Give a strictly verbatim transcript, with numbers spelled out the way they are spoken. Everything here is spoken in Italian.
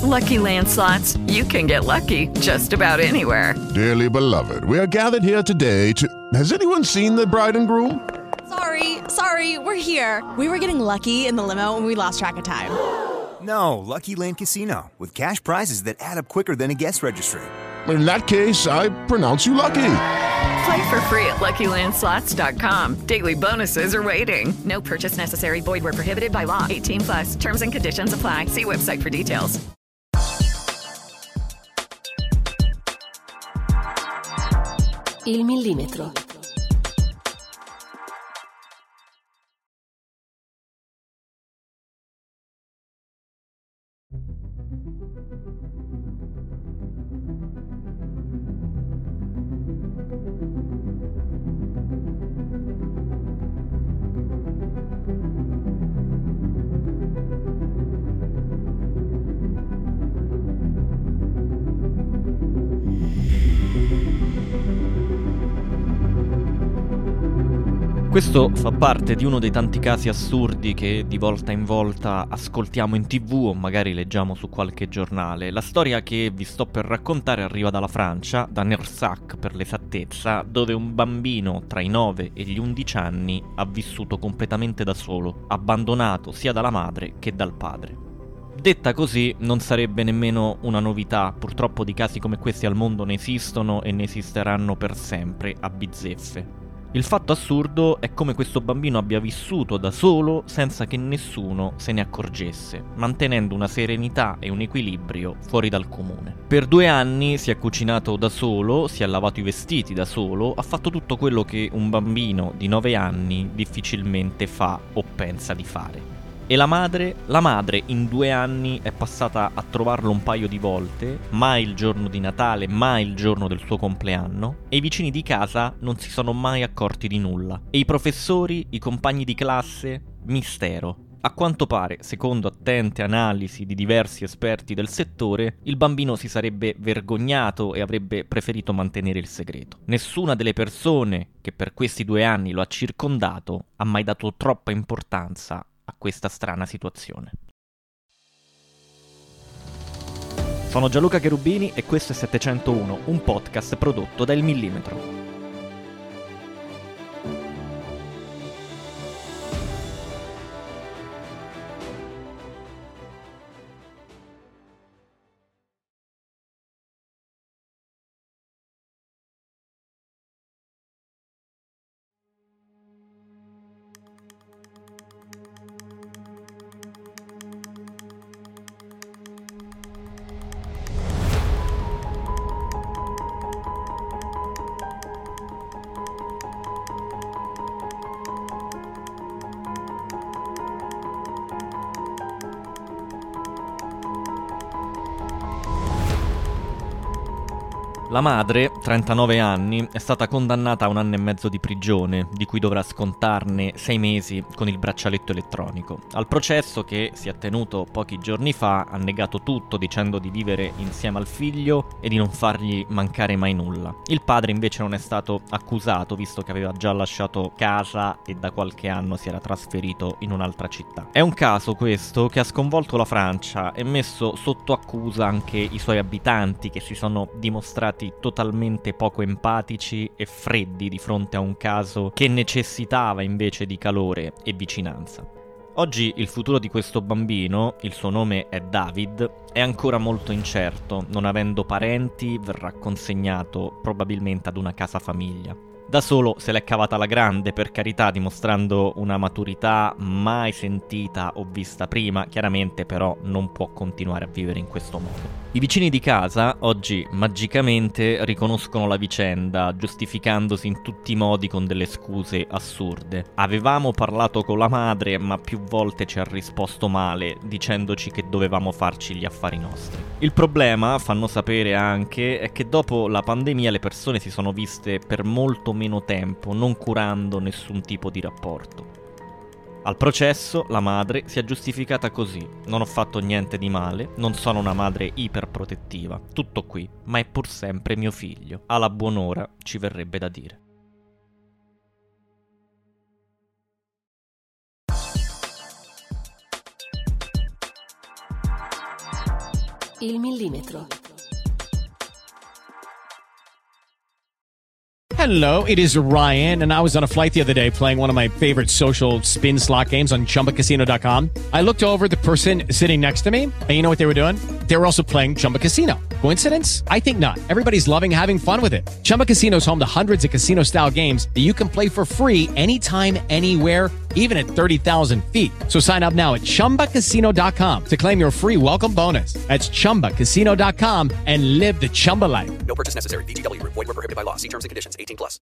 Lucky Land Slots, you can get lucky just about anywhere. Dearly beloved, we are gathered here today to... Has anyone seen the bride and groom? Sorry, sorry, we're here. We were getting lucky in the limo and we lost track of time. No, Lucky Land Casino, with cash prizes that add up quicker than a guest registry. In that case, I pronounce you lucky. Play for free at Lucky Land Slots dot com. Daily bonuses are waiting. No purchase necessary. Void where prohibited by law. eighteen plus. Terms and conditions apply. See website for details. Il millimetro. Questo fa parte di uno dei tanti casi assurdi che di volta in volta ascoltiamo in tv o magari leggiamo su qualche giornale. La storia che vi sto per raccontare arriva dalla Francia, da Nersac per l'esattezza, dove un bambino tra i nove e gli undici anni ha vissuto completamente da solo, abbandonato sia dalla madre che dal padre. Detta così non sarebbe nemmeno una novità, purtroppo di casi come questi al mondo ne esistono e ne esisteranno per sempre, a bizzeffe. Il fatto assurdo è come questo bambino abbia vissuto da solo senza che nessuno se ne accorgesse, mantenendo una serenità e un equilibrio fuori dal comune. Per due anni si è cucinato da solo, si è lavato i vestiti da solo, ha fatto tutto quello che un bambino di nove anni difficilmente fa o pensa di fare. E la madre? La madre in due anni è passata a trovarlo un paio di volte, mai il giorno di Natale, mai il giorno del suo compleanno, e i vicini di casa non si sono mai accorti di nulla. E i professori, i compagni di classe, mistero. A quanto pare, secondo attente analisi di diversi esperti del settore, il bambino si sarebbe vergognato e avrebbe preferito mantenere il segreto. Nessuna delle persone che per questi due anni lo ha circondato ha mai dato troppa importanza a questa strana situazione. Sono Gianluca Cherubini e questo è settecentouno, un podcast prodotto da Il Millimetro. La madre, trentanove anni, è stata condannata a un anno e mezzo di prigione, di cui dovrà scontarne sei mesi con il braccialetto elettronico. Al processo, che si è tenuto pochi giorni fa, ha negato tutto dicendo di vivere insieme al figlio e di non fargli mancare mai nulla. Il padre invece non è stato accusato, visto che aveva già lasciato casa e da qualche anno si era trasferito in un'altra città. È un caso questo che ha sconvolto la Francia e messo sotto accusa anche i suoi abitanti, che si sono dimostrati totalmente poco empatici e freddi di fronte a un caso che necessitava invece di calore e vicinanza. Oggi il futuro di questo bambino, il suo nome è David, è ancora molto incerto. Non avendo parenti, verrà consegnato probabilmente ad una casa famiglia. Da solo se l'è cavata alla grande, per carità, dimostrando una maturità mai sentita o vista prima. Chiaramente però non può continuare a vivere in questo modo. I vicini di casa oggi magicamente riconoscono la vicenda, giustificandosi in tutti i modi con delle scuse assurde. Avevamo parlato con la madre, ma più volte ci ha risposto male, dicendoci che dovevamo farci gli affari nostri. Il problema, fanno sapere anche, è che dopo la pandemia le persone si sono viste per molto meno tempo, non curando nessun tipo di rapporto. Al processo la madre si è giustificata così: non ho fatto niente di male, non sono una madre iperprotettiva, tutto qui, ma è pur sempre mio figlio. Alla buon'ora, ci verrebbe da dire. Il millimetro. Hello, it is Ryan, and I was on a flight the other day playing one of my favorite social spin slot games on Chumba Casino dot com. I looked over at the person sitting next to me, and you know what they were doing? They were also playing Chumba Casino. Coincidence? I think not. Everybody's loving having fun with it. Chumba Casino is home to hundreds of casino-style games that you can play for free anytime, anywhere, even at thirty thousand feet. So sign up now at Chumba Casino dot com to claim your free welcome bonus. That's Chumba Casino dot com and live the Chumba life. No purchase necessary. V G W. Void where prohibited by law. See terms and conditions. eighteen plus.